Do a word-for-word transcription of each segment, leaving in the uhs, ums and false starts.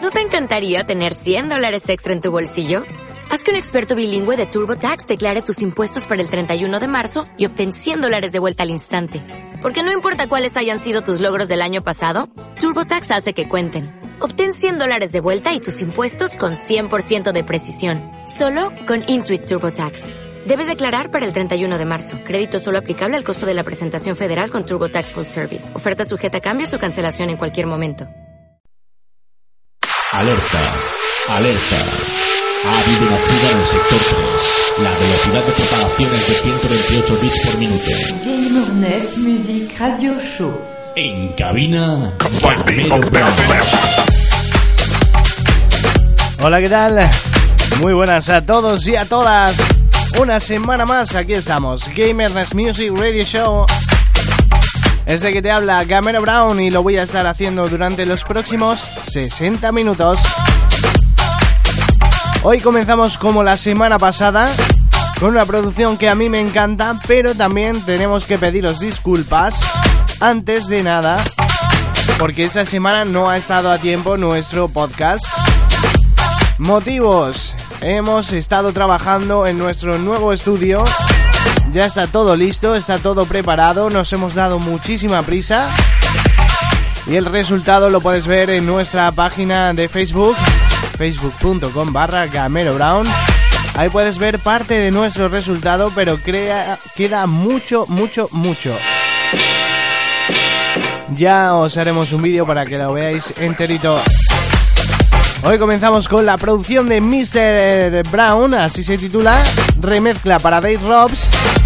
¿No te encantaría tener cien dólares extra en tu bolsillo? Haz que un experto bilingüe de TurboTax declare tus impuestos para el treinta y uno de marzo y obtén cien dólares de vuelta al instante. Porque no importa cuáles hayan sido tus logros del año pasado, TurboTax hace que cuenten. Obtén cien dólares de vuelta y tus impuestos con cien por ciento de precisión. Solo con Intuit TurboTax. Debes declarar para el treinta y uno de marzo. Crédito solo aplicable al costo de la presentación federal con TurboTax Full Service. Oferta sujeta a cambios o cancelación en cualquier momento. Alerta, alerta. Ha habido una fuga en el sector tres. La velocidad de propagación es de ciento veintiocho bits por minuto. Gamernes Music Radio Show. En cabina, Gamero Brown. Hola, ¿qué tal? Muy buenas a todos y a todas. Una semana más, aquí estamos. Gamers Music Radio Show. Este que te habla, Gamero Brown, y lo voy a estar haciendo durante los próximos sesenta minutos. Hoy comenzamos como la semana pasada, con una producción que a mí me encanta, pero también tenemos que pediros disculpas antes de nada, porque esta semana no ha estado a tiempo nuestro podcast. Motivos: hemos estado trabajando en nuestro nuevo estudio, ya está todo listo, está todo preparado, nos hemos dado muchísima prisa y el resultado lo puedes ver en nuestra página de Facebook, facebook punto com barra Gamero Brown. Ahí puedes ver parte de nuestro resultado, pero crea, queda mucho, mucho, mucho. Ya os haremos un vídeo para que lo veáis enterito. Hoy comenzamos con la producción de mister Brown, así se titula, remezcla para Dave Robs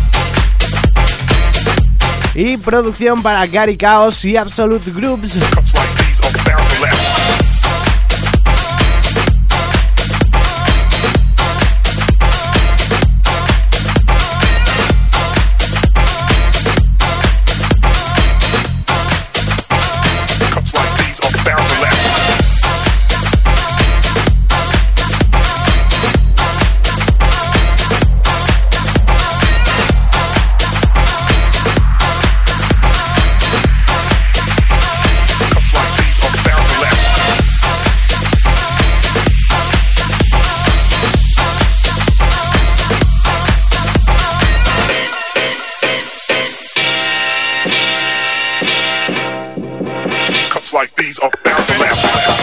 y producción para Gary Chaos y Absolute Groups. Like these are bound to laugh.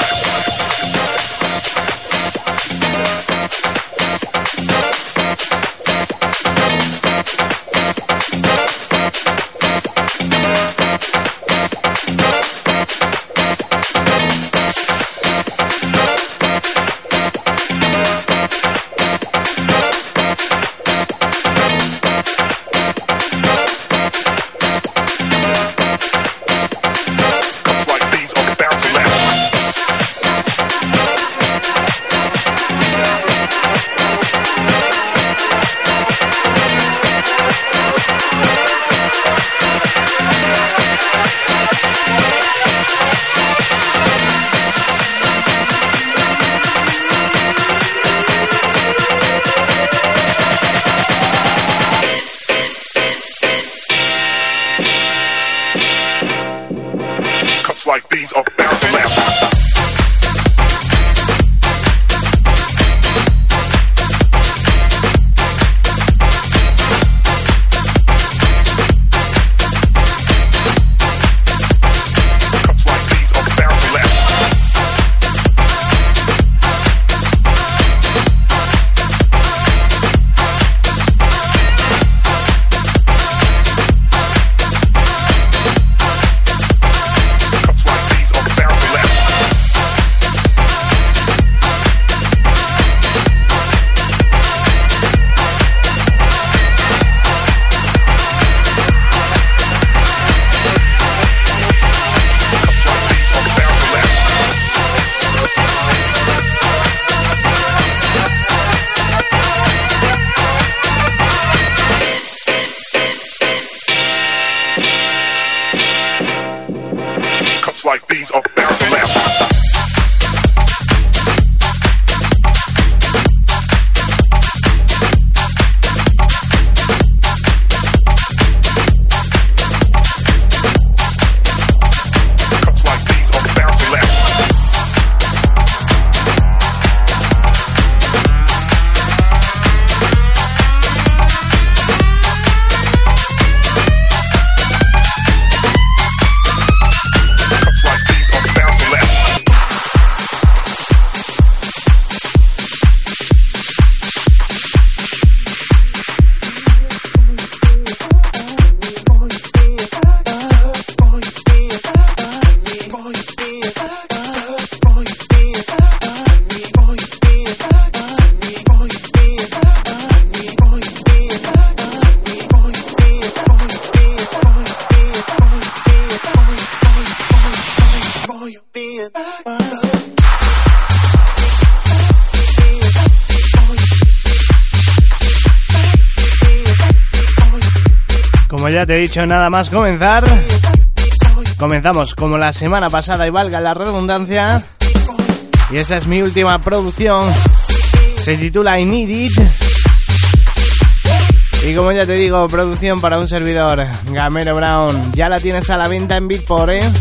Like these are bound to laugh. Like these are bound to laugh. Like these are bound to laugh. ya te he dicho, nada más comenzar, comenzamos como la semana pasada y valga la redundancia. Y esa es mi última producción. Se titula I Need It. Y como ya te digo, producción para un servidor, Gamero Brown. Ya la tienes a la venta en Beatport, ¿eh?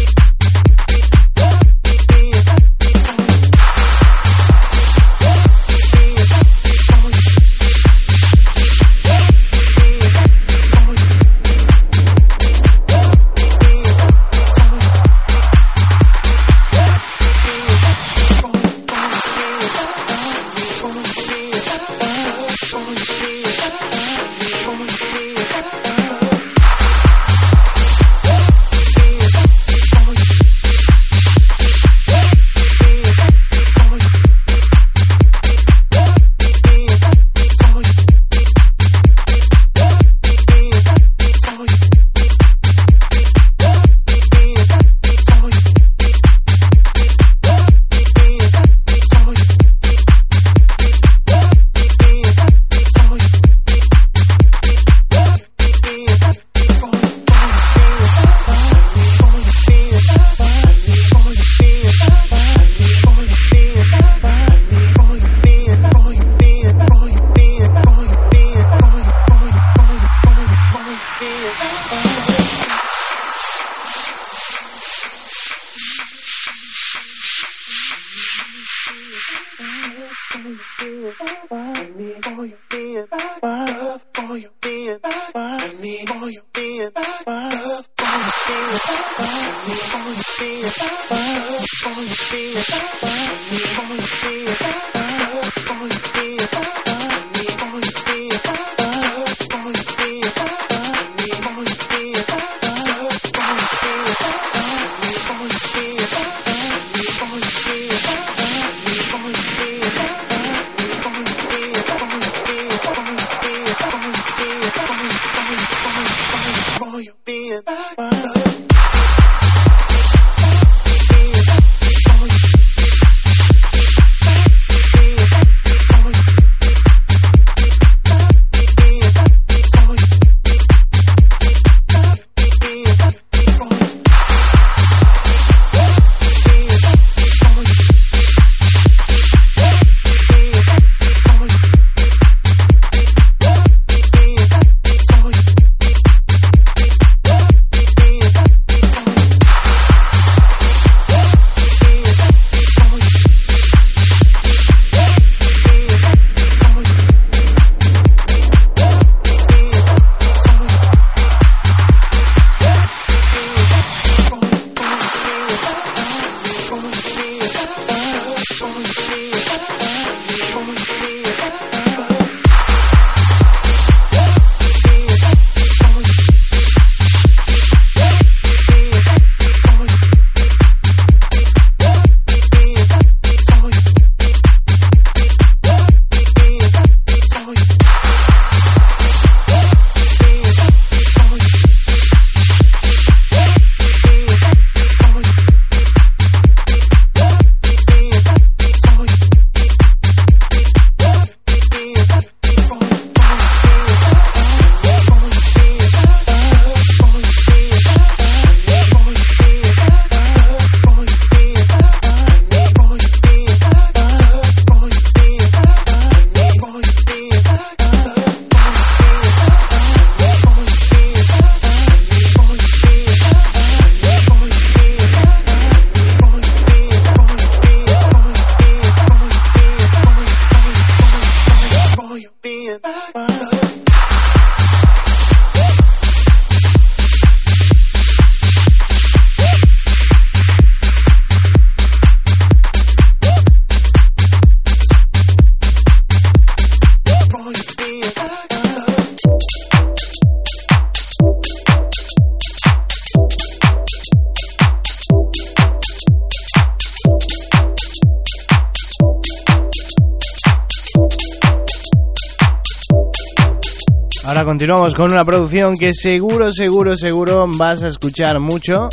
Ahora continuamos con una producción que seguro, seguro, seguro vas a escuchar mucho,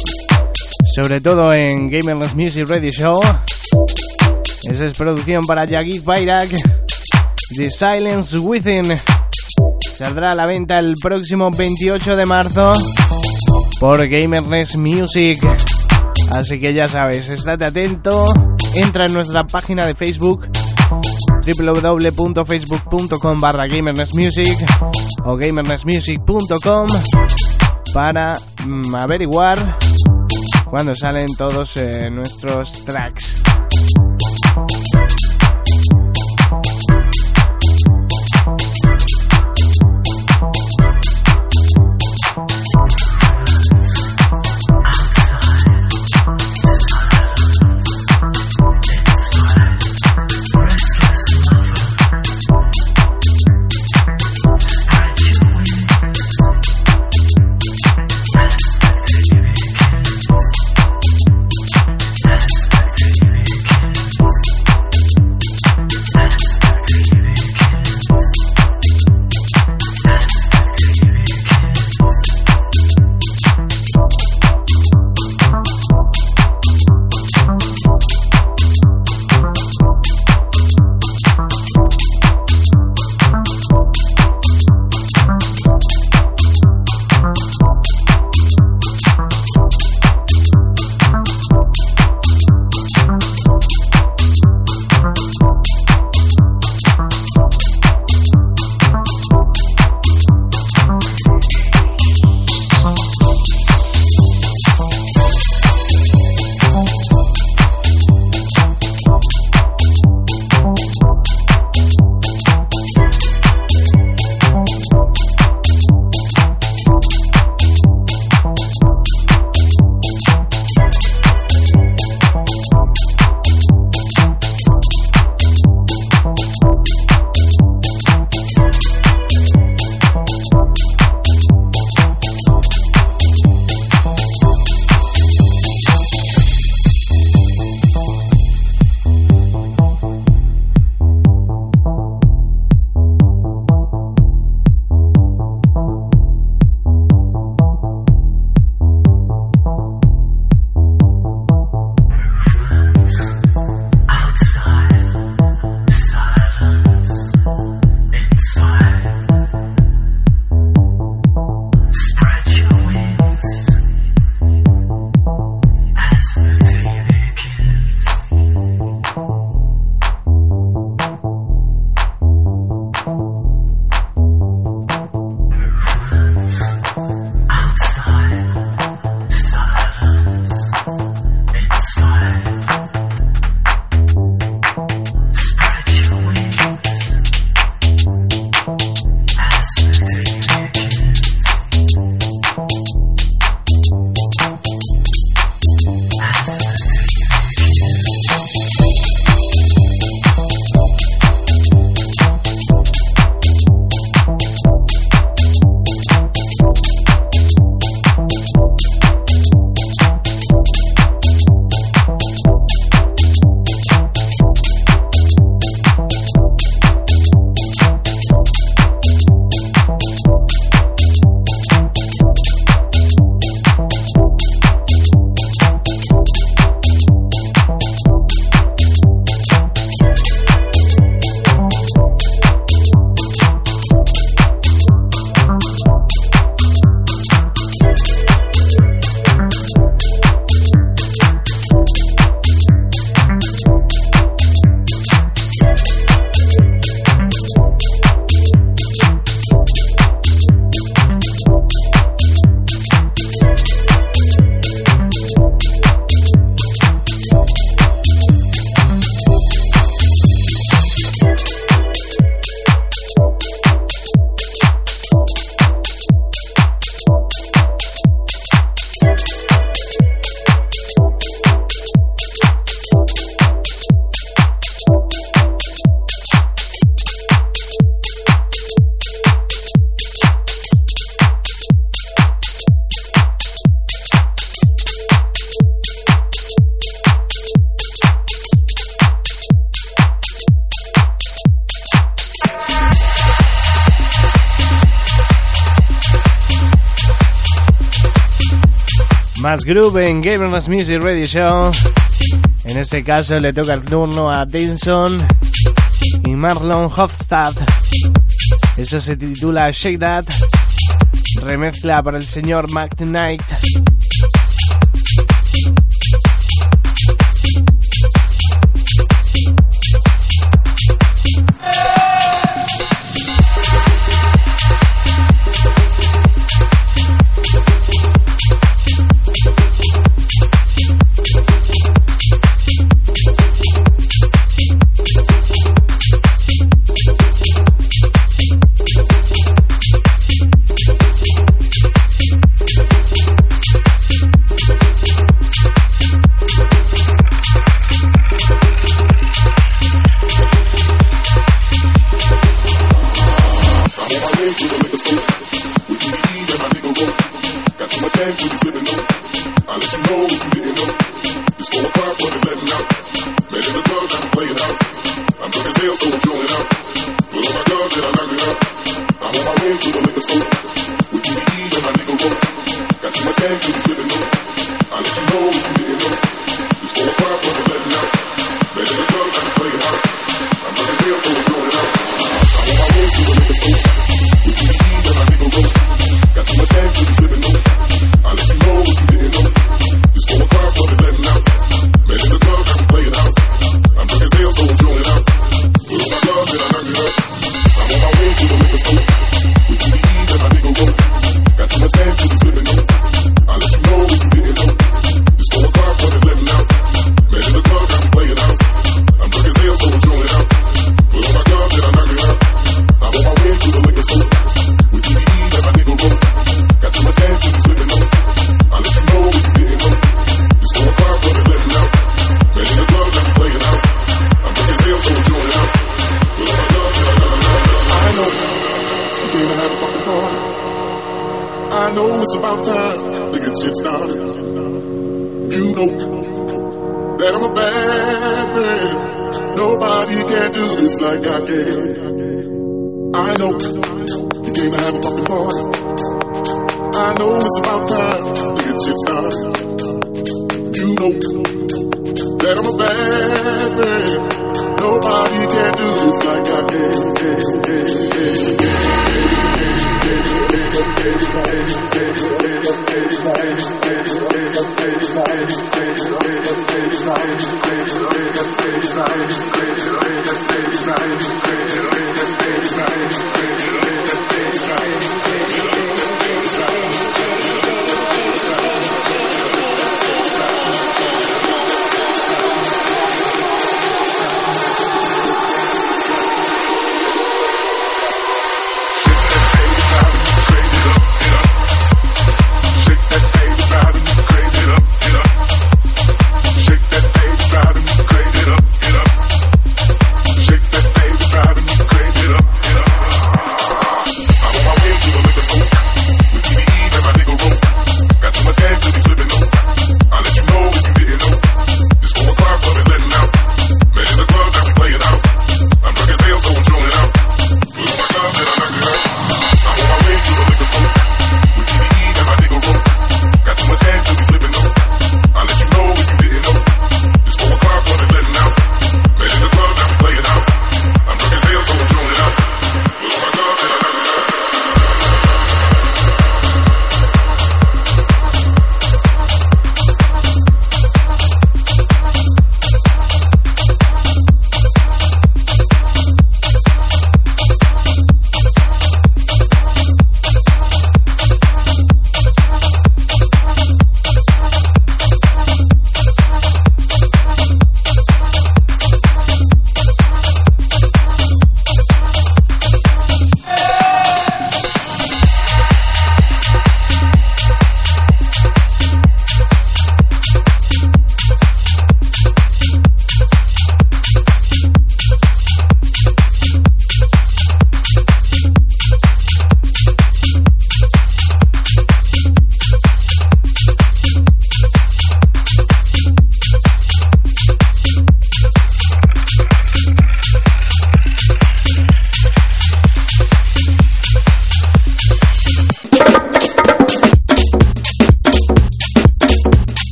sobre todo en Gamerless Music Radio Show. Esa es producción para Yagit Bayrak, The Silence Within. Saldrá a la venta el próximo veintiocho de marzo por Gamernest Music. Así que ya sabes, estate atento, entra en nuestra página de Facebook doble u doble u doble u punto facebook punto com barra Gamernest Music o gamernest music punto com para mm, averiguar cuándo salen todos eh, nuestros tracks. Más groove en Gamernest Music Radio Show. En este caso le toca el turno a Denson y Marlon Hofstad. Eso se titula Shake That, remezcla para el señor Mac Knight.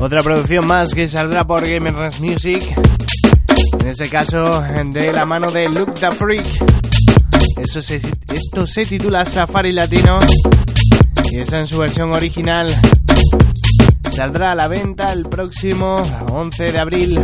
Otra producción más que saldrá por Gamers Music, en este caso de la mano de Look the Freak. Eso se, esto se titula Safari Latino y está en su versión original. Saldrá a la venta el próximo once de abril.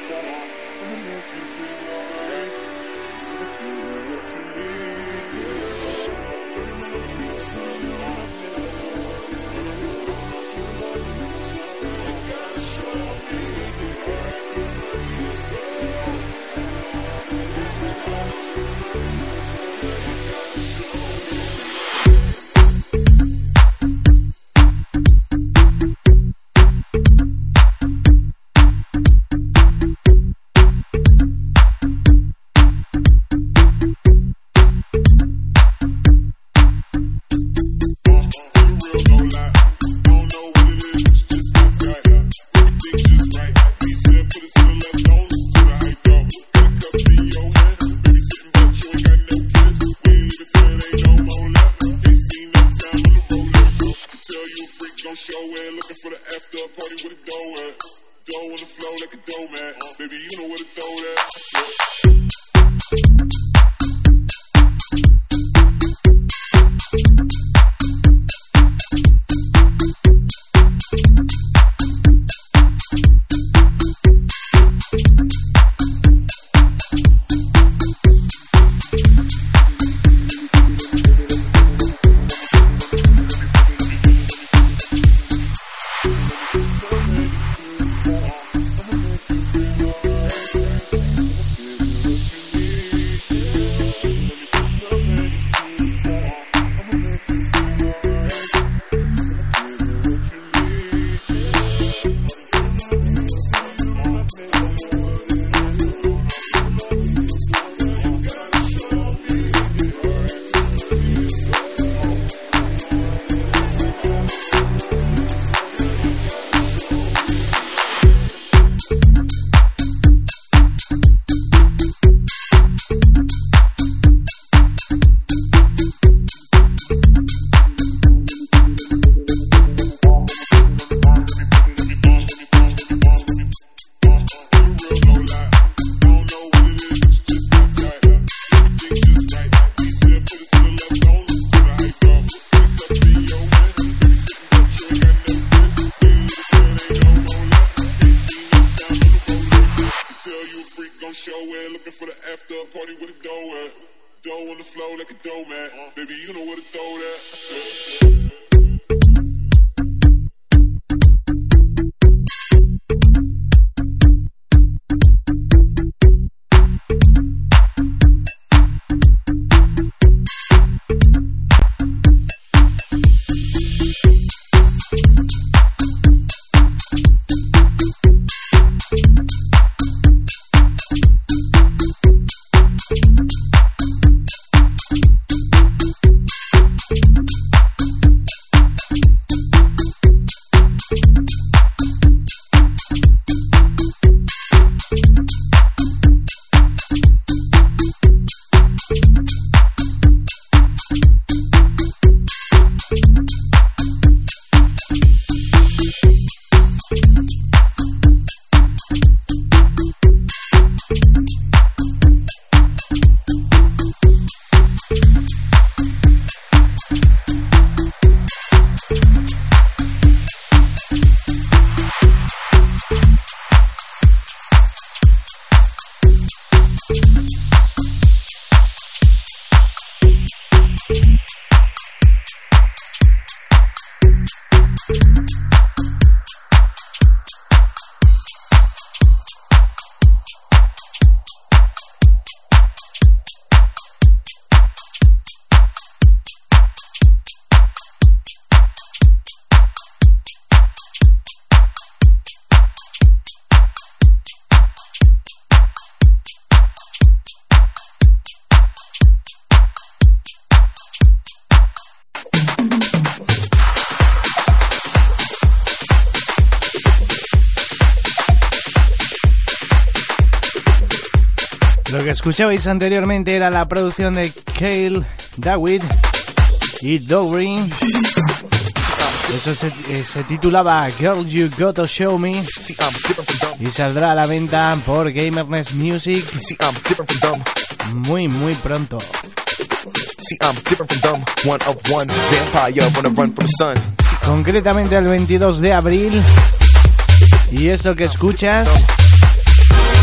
Lo que escuchabais anteriormente era la producción de Cale David y Dowry. Eso se, eh, se titulaba Girl You Gotta Show Me y saldrá a la venta por Gamerness Music muy muy pronto. Concretamente el veintidós de abril. Y eso que escuchas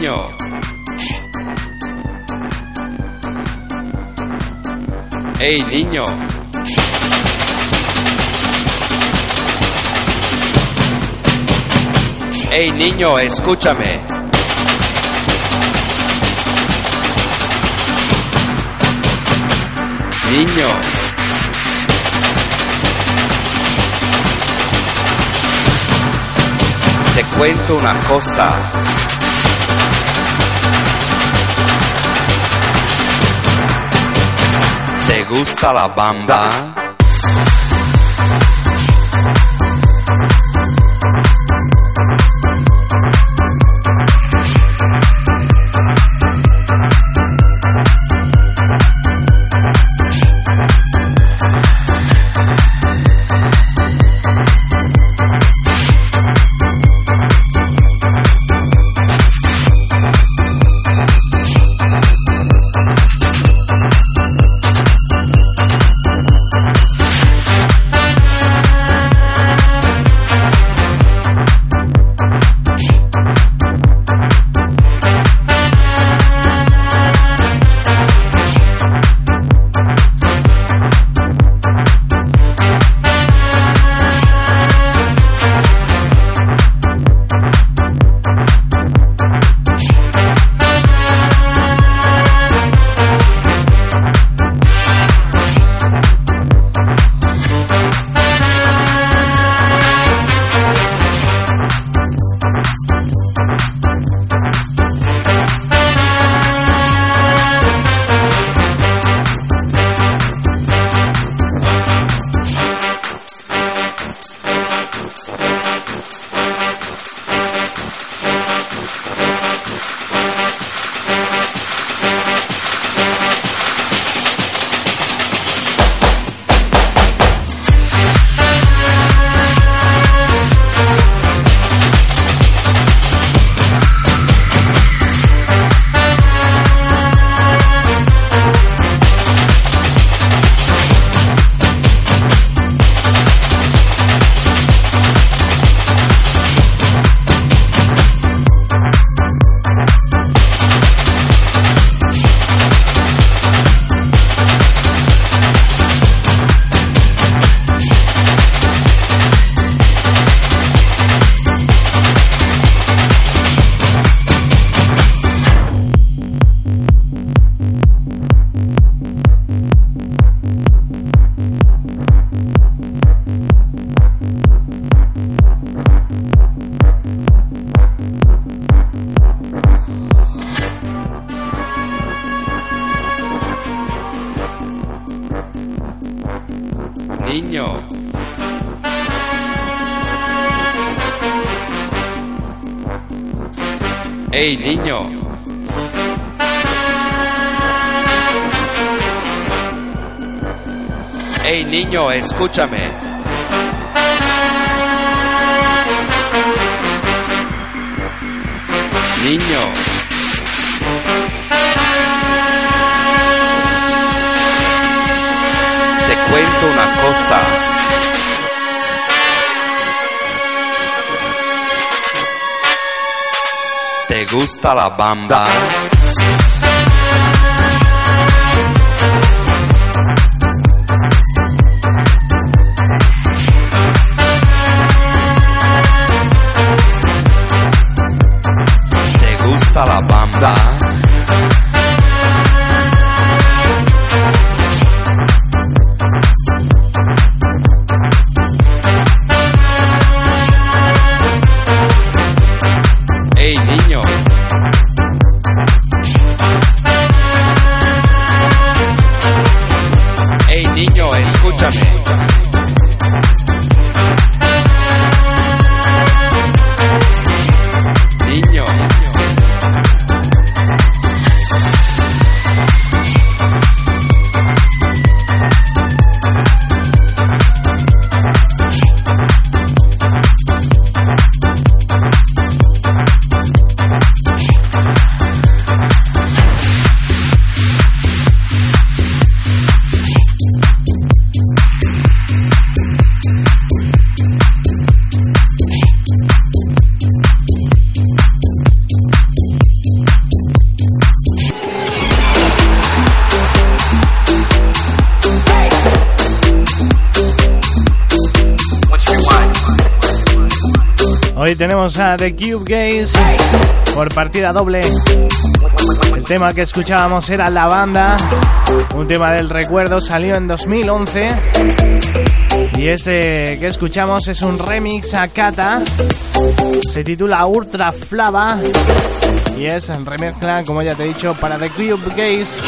Niño. Hey, niño. Hey, niño, escúchame. Niño. Te cuento una cosa. ¿Te gusta la banda? Niño. Hey, niño. Hey, niño, escúchame. Niño. Te cuento una cosa. ¿Te gusta la banda? ¿Te gusta la banda? Hey, niño. Hey, niño, escúchame. Niño. Hoy tenemos a The Cube Gaze por partida doble. El tema que escuchábamos era La Banda, un tema del recuerdo, salió en dos mil once. Y este que escuchamos es un remix a Kata, se titula Ultra Flava y es en remezcla, como ya te he dicho, para The Cube Gaze.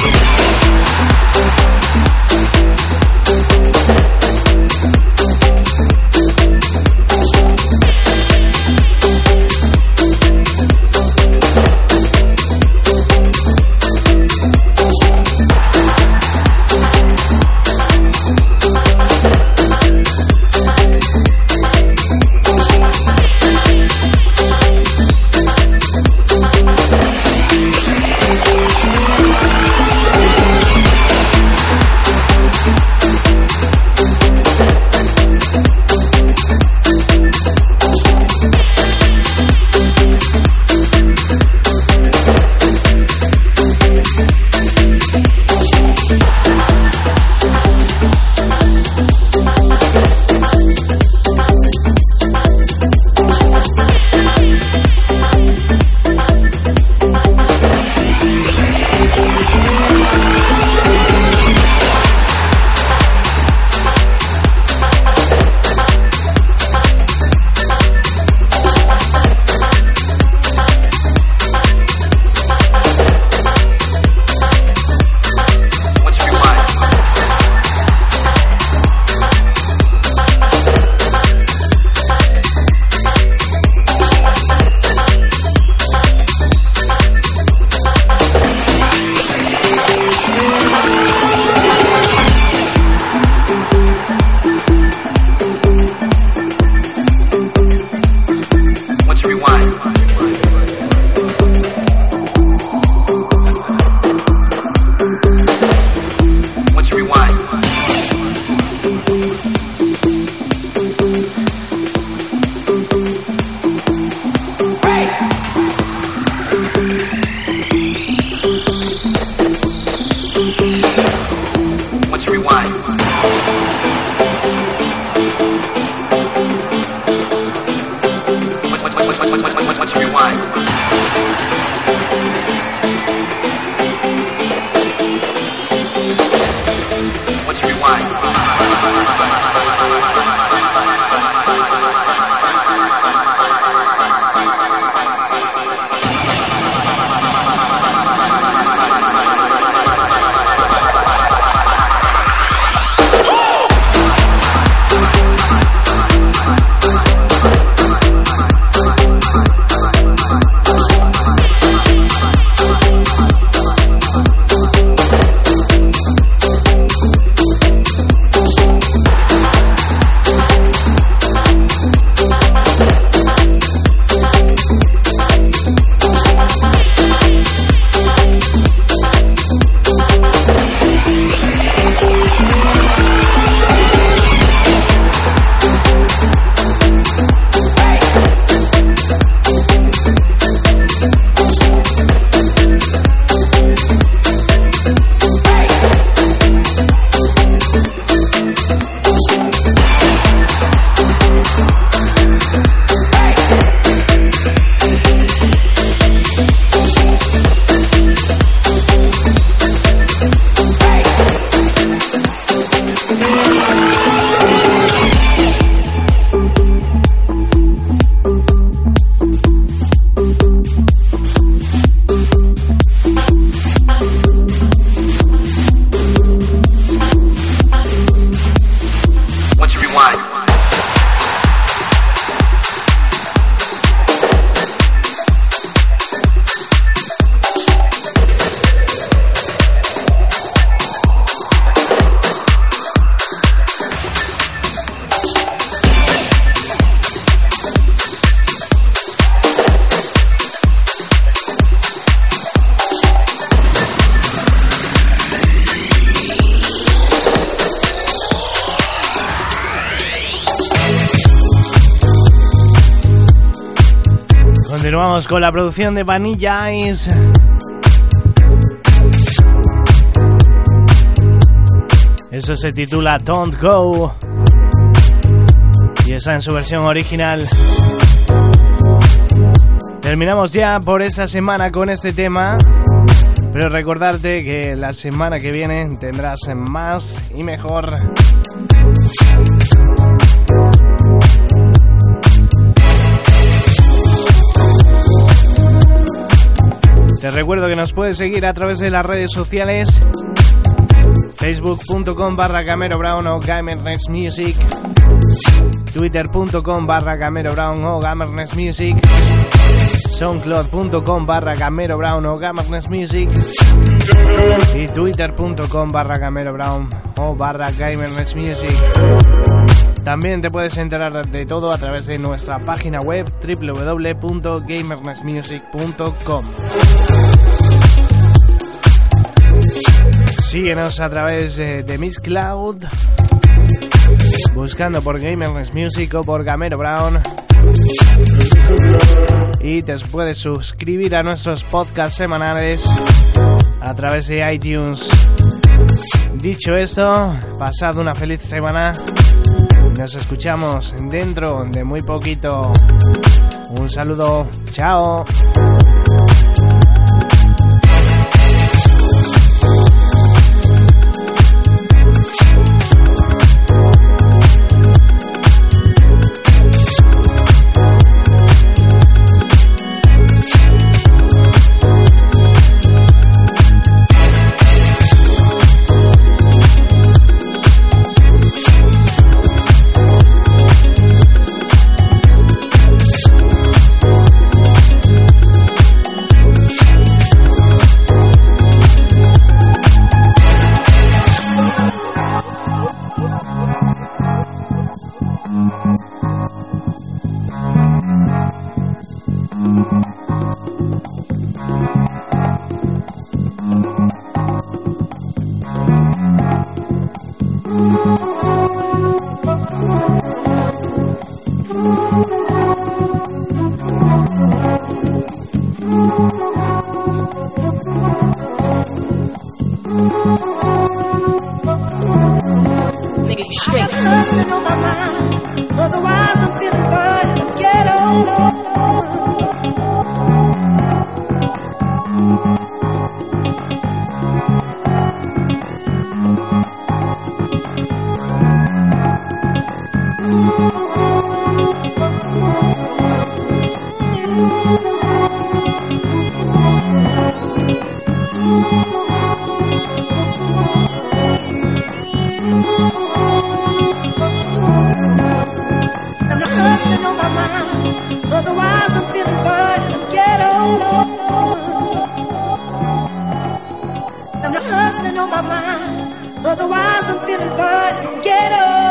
Continuamos con la producción de Vanilla Ice. Eso se titula Don't Go y está en su versión original. Terminamos ya por esta semana con este tema, pero recordarte que la semana que viene tendrás más y mejor. Te recuerdo que nos puedes seguir a través de las redes sociales, facebook.com barra Camero Brown o Gamernext Music, twitter.com barra Camero Brown o Gamernext Music, soundcloud.com barra Camero Brown o Gamernext Music y twitter.com barra Camero Brown o barra Gamernext Music. También te puedes enterar de todo a través de nuestra página web doble u doble u doble u punto gamernext music punto com. Síguenos a través de, de Mixcloud, buscando por Gamernext Music o por Camero Brown. Y te puedes suscribir a nuestros podcasts semanales a través de iTunes. Dicho esto, pasad una feliz semana. Nos escuchamos dentro de muy poquito. Un saludo. Chao. I'm not hustling on my mind, otherwise I'm feeling fine. Get up.